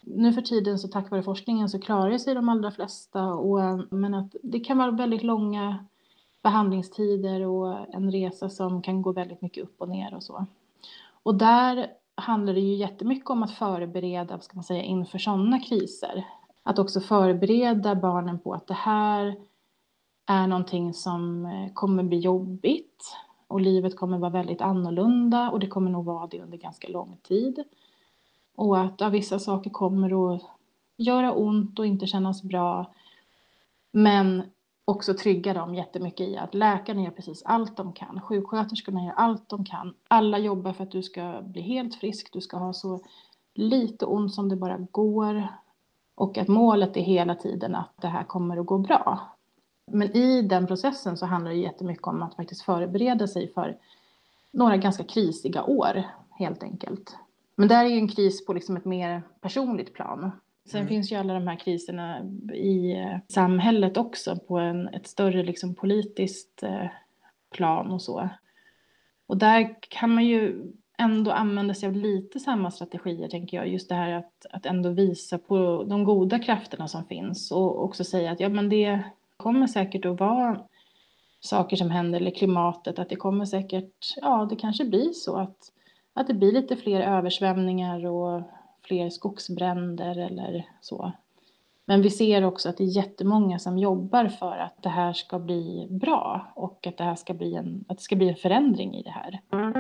nu för tiden så tack vare forskningen så klarar sig de allra flesta. Men att det kan vara väldigt långa behandlingstider och en resa som kan gå väldigt mycket upp och ner och så. Och där handlar det ju jättemycket om att förbereda, ska man säga, inför sådana kriser. Att också förbereda barnen på att det här är någonting som kommer bli jobbigt. Och livet kommer vara väldigt annorlunda och det kommer nog vara det under ganska lång tid. Och att vissa saker kommer att göra ont och inte kännas bra. Men också trygga dem jättemycket i att läkarna gör precis allt de kan. Sjuksköterskorna gör allt de kan. Alla jobbar för att du ska bli helt frisk. Du ska ha så lite ont som det bara går. Och att målet är hela tiden att det här kommer att gå bra. Men i den processen så handlar det jättemycket om att faktiskt förbereda sig för några ganska krisiga år helt enkelt. Men där är ju en kris på liksom ett mer personligt plan. Sen finns ju alla de här kriserna i samhället också på ett större liksom politiskt plan och så. Och där kan man ju ändå använda sig av lite samma strategier, tänker jag. Just det här att ändå visa på de goda krafterna som finns och också säga att ja, men det kommer säkert att vara saker som händer, eller klimatet, att det kommer säkert, ja, det kanske blir så att det blir lite fler översvämningar och fler skogsbränder eller så. Men vi ser också att det är jättemånga som jobbar för att det här ska bli bra och att det ska bli en förändring i det här.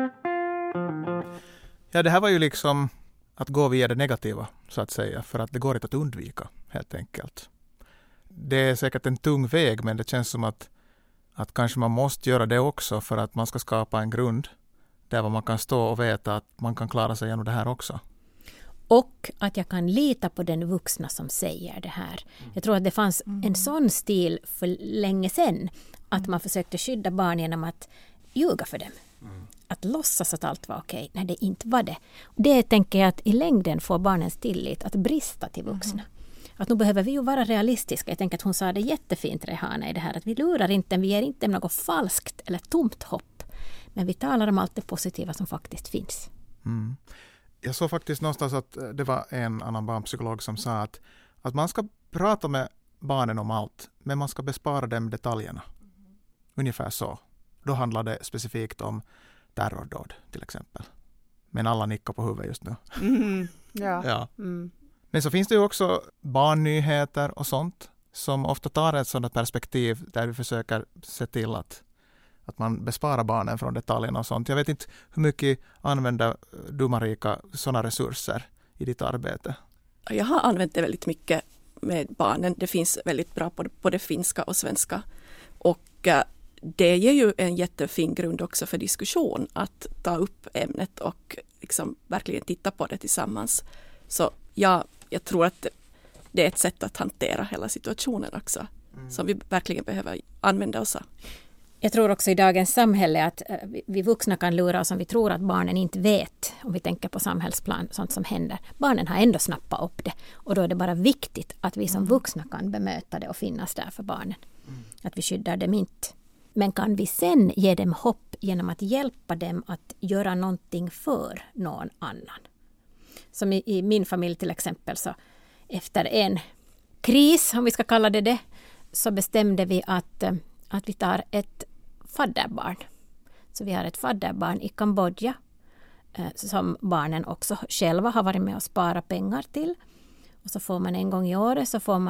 Ja, det här var ju liksom att gå via det negativa, så att säga, för att det går inte att undvika, helt enkelt. Det är säkert en tung väg, men det känns som att kanske man måste göra det också för att man ska skapa en grund där man kan stå och veta att man kan klara sig genom det här också. Och att jag kan lita på den vuxna som säger det här. Jag tror att det fanns en sån stil för länge sedan. Att man försökte skydda barn genom att ljuga för dem. Att låtsas att allt var okej när det inte var det. Det tänker jag att i längden får barnens tillit att brista till vuxna. Att nu behöver vi ju vara realistiska. Jag tänker att hon sa det jättefint, Rehana, i det här. Att vi lurar inte, vi ger inte något falskt eller tomt hopp. Men vi talar om allt det positiva som faktiskt finns. Jag såg faktiskt någonstans att det var en annan barnpsykolog som sa att man ska prata med barnen om allt, men man ska bespara dem detaljerna. Ungefär så. Då handlar det specifikt om terrordåd till exempel. Men alla nickar på huvudet just nu. Ja. Men så finns det ju också barnnyheter och sånt som ofta tar ett sådant perspektiv där vi försöker se till att man besparar barnen från detaljerna och sånt. Jag vet inte hur mycket använder du, Marika, sådana resurser i ditt arbete? Jag har använt det väldigt mycket med barnen. Det finns väldigt bra på både finska och svenska. Och det ger ju en jättefin grund också för diskussion att ta upp ämnet och liksom verkligen titta på det tillsammans. Så jag tror att det är ett sätt att hantera hela situationen också som vi verkligen behöver använda oss av. Jag tror också i dagens samhälle att vi vuxna kan lura oss om vi tror att barnen inte vet, om vi tänker på samhällsplan, sånt som händer. Barnen har ändå snappat upp det och då är det bara viktigt att vi som vuxna kan bemöta det och finnas där för barnen. Att vi skyddar dem inte. Men kan vi sen ge dem hopp genom att hjälpa dem att göra någonting för någon annan? Som i min familj till exempel, så efter en kris, om vi ska kalla det, så bestämde vi att vi tar ett fadderbarn. Så vi har ett fadderbarn i Kambodja som barnen också själva har varit med och spara pengar till. Och så får man en gång i året så får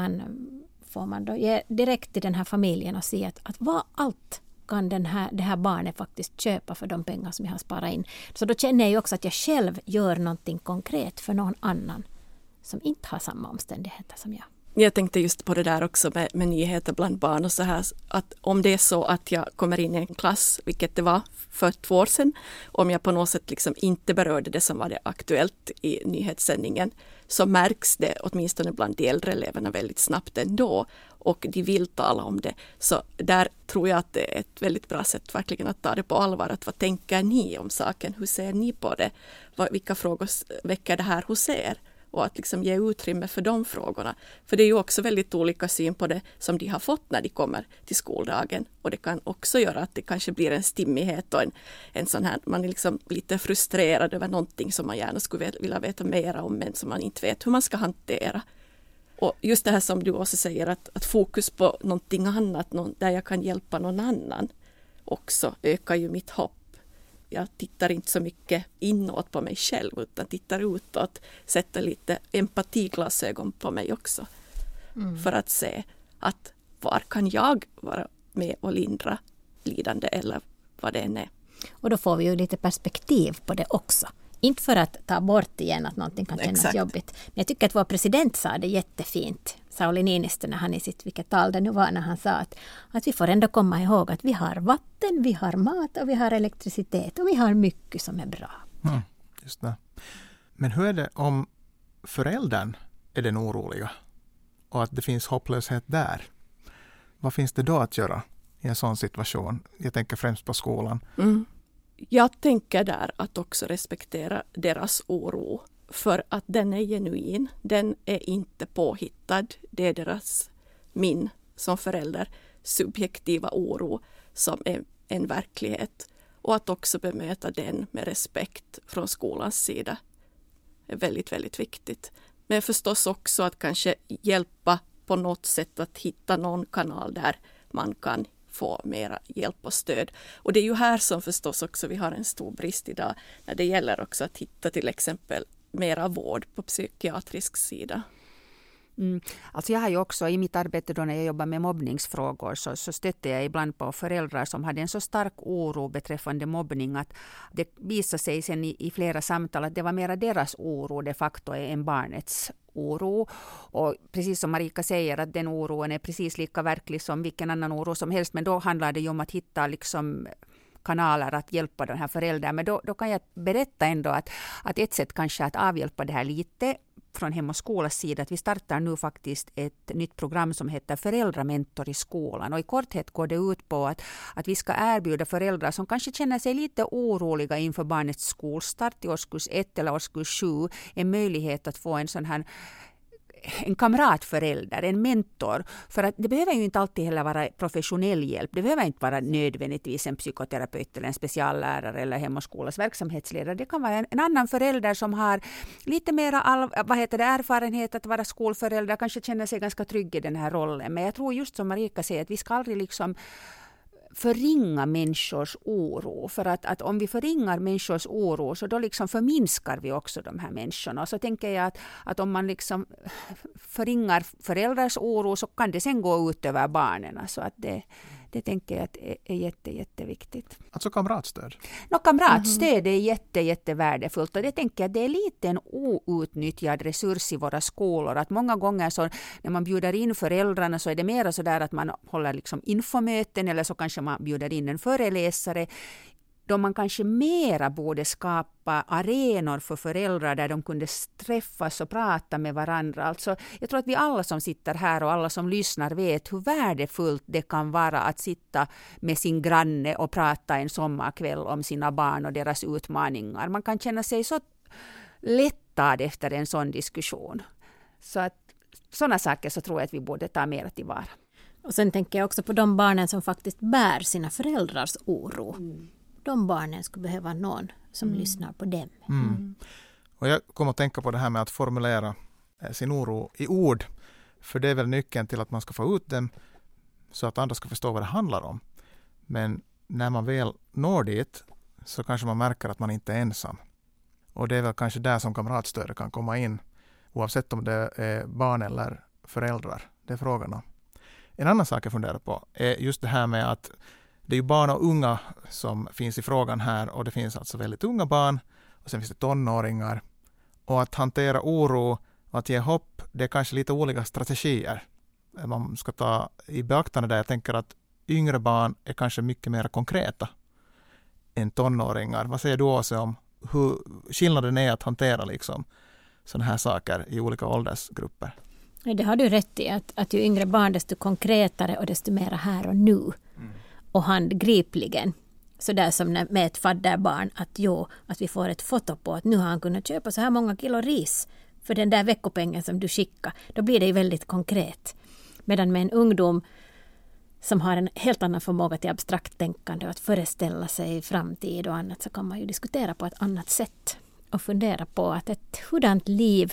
man då ge direkt till den här familjen och se att vad allt kan det här barnet faktiskt köpa för de pengar som jag har sparat in. Så då känner jag ju också att jag själv gör någonting konkret för någon annan som inte har samma omständigheter som jag. Jag tänkte just på det där också med nyheter bland barn och så här, att om det är så att jag kommer in i en klass, vilket det var för 2 år sedan, om jag på något sätt liksom inte berörde det som var det aktuellt i nyhetssändningen, så märks det åtminstone bland de äldre eleverna väldigt snabbt ändå och de vill tala om det. Så där tror jag att det är ett väldigt bra sätt verkligen att ta det på allvar. Att vad tänker ni om saken? Hur ser ni på det? Vilka frågor väcker det här hos er? och att liksom ge utrymme för de frågorna. För det är ju också väldigt olika syn på det som de har fått när de kommer till skoldagen. Och det kan också göra att det kanske blir en stimmighet och en sån här, man är liksom lite frustrerad över någonting som man gärna skulle vilja veta mer om, men som man inte vet hur man ska hantera. Och just det här som du också säger, att fokus på någonting annat, där jag kan hjälpa någon annan också, ökar ju mitt hopp. Jag tittar inte så mycket inåt på mig själv, utan tittar utåt, sätter lite empatiglasögon på mig också. För att se att var kan jag vara med och lindra lidande eller vad det än är. Och då får vi ju lite perspektiv på det också. Inte för att ta bort igen att någonting kan kännas jobbigt. Men jag tycker att vår president sa det jättefint. Sauli Niinistö när han i sitt, vilket tal det nu var, när han sa att vi får ändå komma ihåg att vi har vatten, vi har mat och vi har elektricitet och vi har mycket som är bra. Just det. Men hur är det om föräldern är den oroliga och att det finns hopplöshet där? Vad finns det då att göra i en sån situation? Jag tänker främst på skolan. Jag tänker där att också respektera deras oro, för att den är genuin, den är inte påhittad, det är min som förälder subjektiva oro som är en verklighet, och att också bemöta den med respekt från skolans sida är väldigt, väldigt viktigt. Men förstås också att kanske hjälpa på något sätt att hitta någon kanal där man kan få mera hjälp och stöd. Och det är ju här som förstås också vi har en stor brist idag när det gäller också att hitta till exempel mera vård på psykiatrisk sida. Alltså jag har ju också i mitt arbete då när jag jobbar med mobbningsfrågor så stötte jag ibland på föräldrar som hade en så stark oro beträffande mobbning att det visade sig sen i flera samtal att det var mera deras oro de facto än barnets oro. Och precis som Marika säger att den oron är precis lika verklig som vilken annan oro som helst, men då handlar det ju om att hitta liksom kanaler att hjälpa den här föräldern. Men då kan jag berätta ändå att ett sätt kanske att avhjälpa det här lite från Hem och skolas sida, att vi startar nu faktiskt ett nytt program som heter Föräldramentor i skolan. Och i korthet går det ut på att vi ska erbjuda föräldrar som kanske känner sig lite oroliga inför barnets skolstart i årskurs 1 eller årskurs 7 en möjlighet att få en sån här en kamratförälder, en mentor. För att det behöver ju inte alltid heller vara professionell hjälp. Det behöver inte vara nödvändigtvis en psykoterapeut eller en speciallärare eller Hem och skolas verksamhetsledare. Det kan vara en annan förälder som har lite mer erfarenhet att vara skolförälder, kanske känner sig ganska trygg i den här rollen. Men jag tror just som Marika säger att vi ska aldrig liksom förringa människors oro. För att om vi förringar människors oro så då liksom förminskar vi också de här människorna. Och så tänker jag att om man liksom förringar föräldrars oro så kan det sen gå ut över barnen. Så att det tänker jag är jätteviktigt. Alltså kamratstöd? Kamratstöd är jättevärdefullt och det tänker jag det är lite en outnyttjad resurs i våra skolor. Att många gånger så när man bjuder in föräldrarna så är det mer så där att man håller liksom infomöten eller så kanske man bjuder in en föreläsare. Då man kanske mera borde skapa arenor för föräldrar där de kunde träffas och prata med varandra. Alltså, jag tror att vi alla som sitter här och alla som lyssnar vet hur värdefullt det kan vara att sitta med sin granne och prata en sommarkväll om sina barn och deras utmaningar. Man kan känna sig så lättad efter en sån diskussion. Så att sådana saker så tror jag att vi borde ta mer tillvara. Och sen tänker jag också på de barnen som faktiskt bär sina föräldrars oro. De barnen skulle behöva någon som lyssnar på dem. Och jag kommer att tänka på det här med att formulera sin oro i ord. För det är väl nyckeln till att man ska få ut dem så att andra ska förstå vad det handlar om. Men när man väl når dit så kanske man märker att man inte är ensam. Och det är väl kanske där som kamratstödet kan komma in. Oavsett om det är barn eller föräldrar. Det är frågan om. En annan sak jag funderar på är just det här med att det är ju barn och unga som finns i frågan här och det finns alltså väldigt unga barn och sen finns det tonåringar. Och att hantera oro och att ge hopp, det är kanske lite olika strategier. Man ska ta i beaktande där jag tänker att yngre barn är kanske mycket mer konkreta än tonåringar. Vad säger du också om hur skillnaden är att hantera liksom sådana här saker i olika åldersgrupper? Det har du rätt i, att ju yngre barn desto konkretare och desto mer här och nu. Och handgripligen. Så där som med ett fadderbarn att vi får ett foto på att nu har han kunnat köpa så här många kilo ris för den där veckopengen som du skickar. Då blir det ju väldigt konkret. Medan med en ungdom som har en helt annan förmåga till abstrakt tänkande och att föreställa sig framtid och annat, så kan man ju diskutera på ett annat sätt och fundera på att ett hurdant liv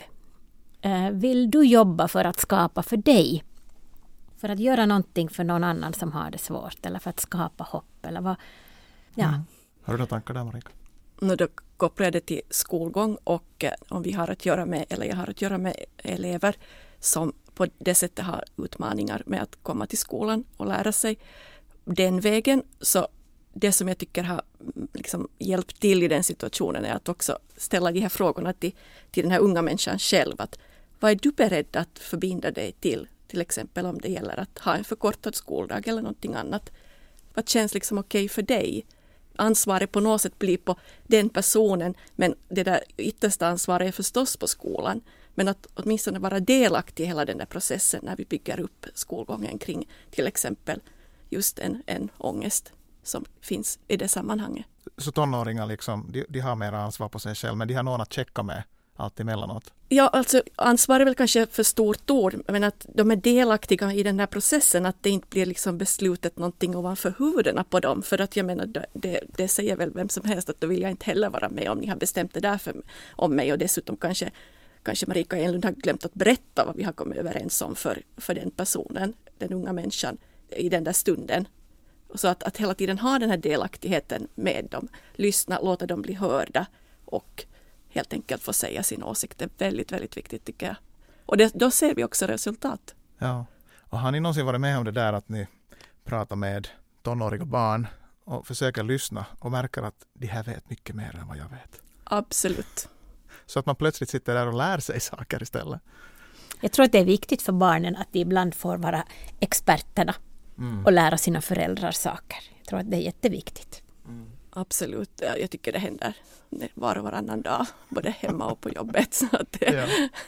vill du jobba för att skapa för dig? För att göra någonting för någon annan som har det svårt, eller för att skapa hopp, eller vad? Ja. Har du några tankar där, Marika? Då kopplar jag det till skolgång, och om vi har att göra med, eller jag har att göra med elever som på det sättet har utmaningar med att komma till skolan och lära sig den vägen, så det som jag tycker har liksom hjälpt till i den situationen är att också ställa de här frågorna till den här unga människan själv. Att, vad är du beredd att förbinda dig till exempel om det gäller att ha en förkortad skoldag eller någonting annat. Vad känns liksom okej för dig? Ansvaret på något sätt blir på den personen, men det där yttersta ansvaret är förstås på skolan. Men att åtminstone vara delaktig i hela den där processen när vi bygger upp skolgången kring till exempel just en ångest som finns i det sammanhanget. Så tonåringar liksom, de har mer ansvar på sig själv, men de har någon att checka med allt emellanåt? Ja, alltså ansvar är väl kanske för stort ord, men att de är delaktiga i den här processen, att det inte blir liksom beslutet någonting ovanför huvudena på dem. För att jag menar, det säger väl vem som helst att då vill jag inte heller vara med om ni har bestämt det där om mig, och dessutom kanske Marika Enlund har glömt att berätta vad vi har kommit överens om för den personen, den unga människan i den där stunden. Och så att hela tiden ha den här delaktigheten med dem, lyssna, låta dem bli hörda och helt enkelt få säga sin åsikt är väldigt, väldigt viktigt tycker jag. Och då ser vi också resultat. Ja, och har ni någonsin varit med om det där att ni pratar med tonåriga barn och försöker lyssna och märker att de här vet mycket mer än vad jag vet? Absolut. Så att man plötsligt sitter där och lär sig saker istället. Jag tror att det är viktigt för barnen att de ibland får vara experterna och lära sina föräldrar saker. Jag tror att det är jätteviktigt. Absolut, jag tycker det händer var och varannan dag, både hemma och på jobbet. Så att Ja.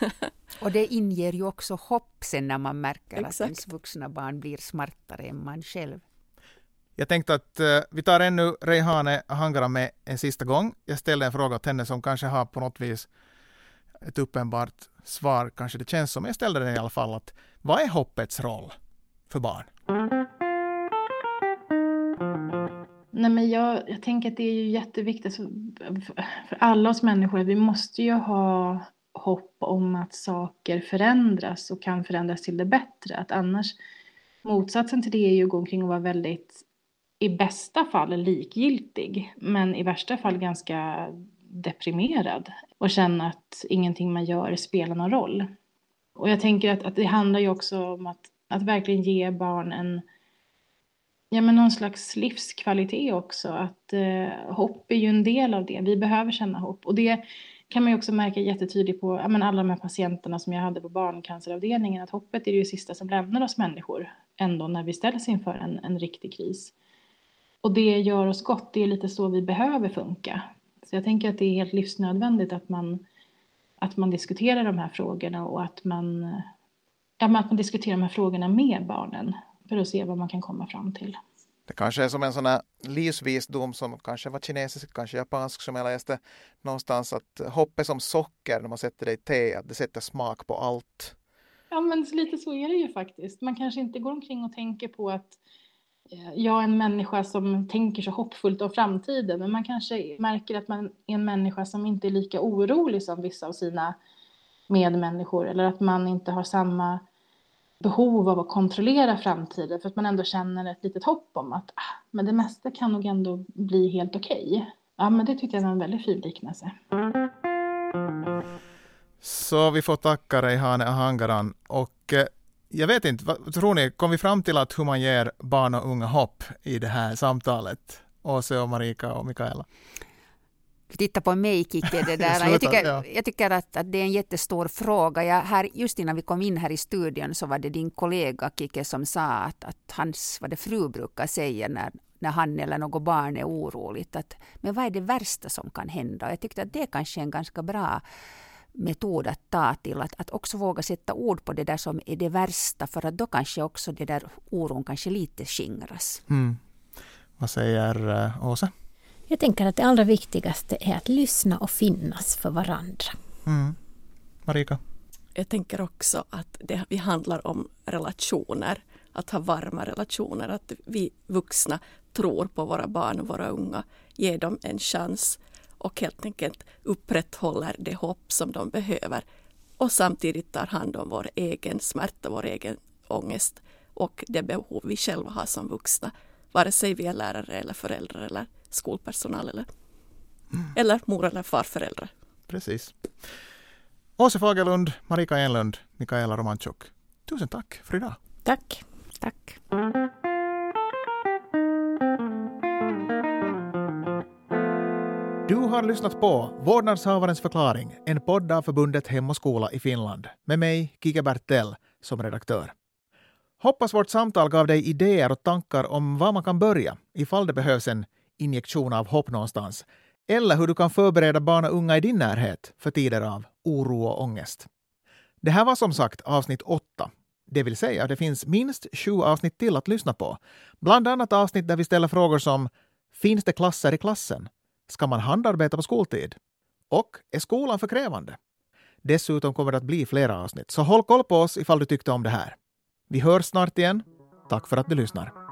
Och det inger ju också hopp sen när man märker Exakt. att ens vuxna barn blir smartare än man själv. Jag tänkte att vi tar ännu Rejhane Ahangara med en sista gång. Jag ställde en fråga till henne som kanske har på något vis ett uppenbart svar, kanske det känns som. Jag ställde den i alla fall, att vad är hoppets roll för barn? Nej, men jag tänker att det är ju jätteviktigt för alla oss människor. Vi måste ju ha hopp om att saker förändras och kan förändras till det bättre. Att annars, motsatsen till det är ju att gå omkring och vara väldigt, i bästa fall likgiltig, men i värsta fall ganska deprimerad och känna att ingenting man gör spelar någon roll. Och jag tänker att det handlar ju också om att verkligen ge barn någon slags livskvalitet också. Att hopp är ju en del av det. Vi behöver känna hopp. Och det kan man ju också märka jättetydligt på alla de här patienterna som jag hade på barncanceravdelningen. Att hoppet är det sista som lämnar oss människor ändå när vi ställs inför en riktig kris. Och det gör oss gott. Det är lite så vi behöver funka. Så jag tänker att det är helt livsnödvändigt att man diskuterar de här frågorna och att man diskuterar de här frågorna med barnen för att se vad man kan komma fram till. Det kanske är som en sån här livsvisdom som kanske var kinesisk, kanske japansk, som jag läste någonstans, att hopp är som socker när man sätter det i te, att det sätter smak på allt. Ja, men lite så är det ju faktiskt. Man kanske inte går omkring och tänker på att jag är en människa som tänker så hoppfullt om framtiden, men man kanske märker att man är en människa som inte är lika orolig som vissa av sina medmänniskor, eller att man inte har samma behov av att kontrollera framtiden, för att man ändå känner ett litet hopp om att men det mesta kan nog ändå bli helt okej. Ja, men det tyckte jag var en väldigt fin liknelse. Så vi får tacka Rejhane Ahangaran, och jag vet inte, vad tror ni, kom vi fram till att hur man ger barn och unga hopp i det här samtalet? Åse och Marika och Mikaela. Titta på mig, Kike, det där. Jag tycker att det är en jättestor fråga. Just innan vi kom in här i studion så var det din kollega Kike som sa att hans, vad det fru brukar säga när han eller något barn är oroligt, men vad är det värsta som kan hända? Jag tyckte att det kanske är en ganska bra metod att ta till, att också våga sätta ord på det där som är det värsta, för att då kanske också det där oron kanske lite skingras. Vad säger Åsa? Jag tänker att det allra viktigaste är att lyssna och finnas för varandra. Marika? Jag tänker också att vi handlar om relationer, att ha varma relationer, att vi vuxna tror på våra barn och våra unga, ger dem en chans och helt enkelt upprätthåller det hopp som de behöver och samtidigt tar hand om vår egen smärta, vår egen ångest och det behov vi själva har som vuxna, vare sig vi är lärare eller föräldrar eller skolpersonal eller mor- eller farföräldrar. Precis. Åse Fagerlund, Marika Enlund, Mikaela Romanchuk. Tusen tack för idag. Tack. Tack. Du har lyssnat på Vårdnadshavarens förklaring, en podd av förbundet Hem och skola i Finland, med mig, Kike Bertell, som redaktör. Hoppas vårt samtal gav dig idéer och tankar om var man kan börja ifall det behövs en injektion av hopp någonstans, eller hur du kan förbereda barn och unga i din närhet för tider av oro och ångest. Det här var som sagt avsnitt 8. Det vill säga att det finns minst 7 avsnitt till att lyssna på. Bland annat avsnitt där vi ställer frågor som: finns det klasser i klassen? Ska man handarbeta på skoltid? Och är skolan för krävande? Dessutom kommer det att bli flera avsnitt, så håll koll på oss ifall du tyckte om det här. Vi hörs snart igen. Tack för att du lyssnar.